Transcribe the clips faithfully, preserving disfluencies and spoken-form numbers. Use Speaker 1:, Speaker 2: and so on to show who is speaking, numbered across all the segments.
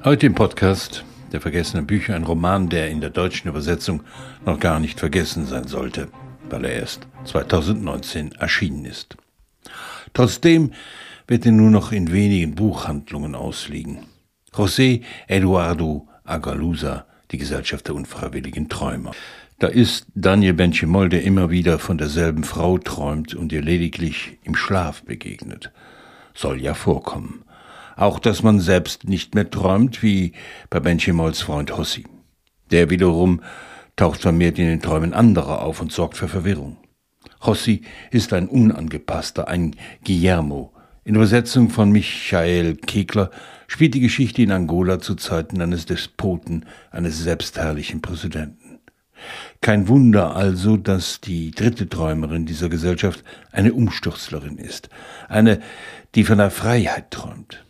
Speaker 1: Heute im Podcast der vergessenen Bücher, ein Roman, der in der deutschen Übersetzung noch gar nicht vergessen sein sollte, weil er erst zweitausendneunzehn erschienen ist. Trotzdem wird er nur noch in wenigen Buchhandlungen ausliegen. José Eduardo Agualusa, die Gesellschaft der unfreiwilligen Träumer. Da ist Daniel Benchimol, der immer wieder von derselben Frau träumt und ihr lediglich im Schlaf begegnet. Soll ja vorkommen. Auch, dass man selbst nicht mehr träumt, wie bei Benchimols Freund Hossi. Der wiederum taucht vermehrt in den Träumen anderer auf und sorgt für Verwirrung. Hossi ist ein Unangepasster, ein Guillermo. In Übersetzung von Michael Kekler spielt die Geschichte in Angola zu Zeiten eines Despoten, eines selbstherrlichen Präsidenten. Kein Wunder also, dass die dritte Träumerin dieser Gesellschaft eine Umstürzlerin ist, eine, die von der Freiheit träumt.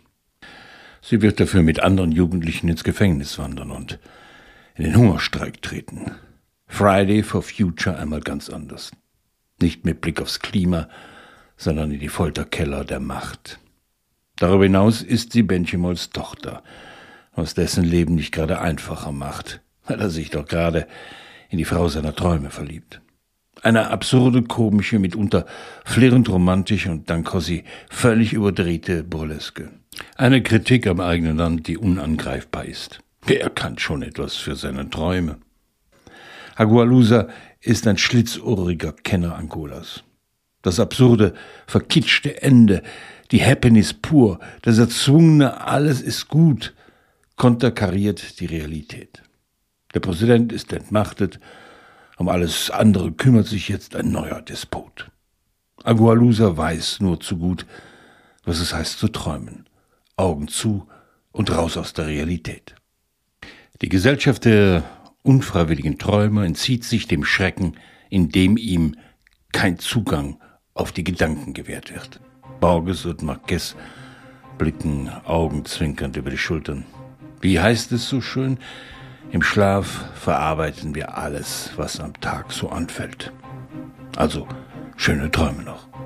Speaker 1: Sie wird dafür mit anderen Jugendlichen ins Gefängnis wandern und in den Hungerstreik treten. Friday for Future einmal ganz anders. Nicht mit Blick aufs Klima, sondern in die Folterkeller der Macht. Darüber hinaus ist sie Benchimols Tochter, was dessen Leben nicht gerade einfacher macht, weil er sich doch gerade in die Frau seiner Träume verliebt. Eine absurde, komische, mitunter flirrend romantische und dank Hossi völlig überdrehte Burleske. Eine Kritik am eigenen Land, die unangreifbar ist. Wer kann schon etwas für seine Träume? Agualusa ist ein schlitzohriger Kenner Angolas. Das absurde, verkitschte Ende, die Happiness pur, das erzwungene Alles ist gut, konterkariert die Realität. Der Präsident ist entmachtet, um alles andere kümmert sich jetzt ein neuer Despot. Agualusa weiß nur zu gut, was es heißt zu träumen. Augen zu und raus aus der Realität. Die Gesellschaft der unfreiwilligen Träumer entzieht sich dem Schrecken, indem ihm kein Zugang auf die Gedanken gewährt wird. Borges und Marquez blicken augenzwinkernd über die Schultern. Wie heißt es so schön? Im Schlaf verarbeiten wir alles, was am Tag so anfällt. Also, schöne Träume noch.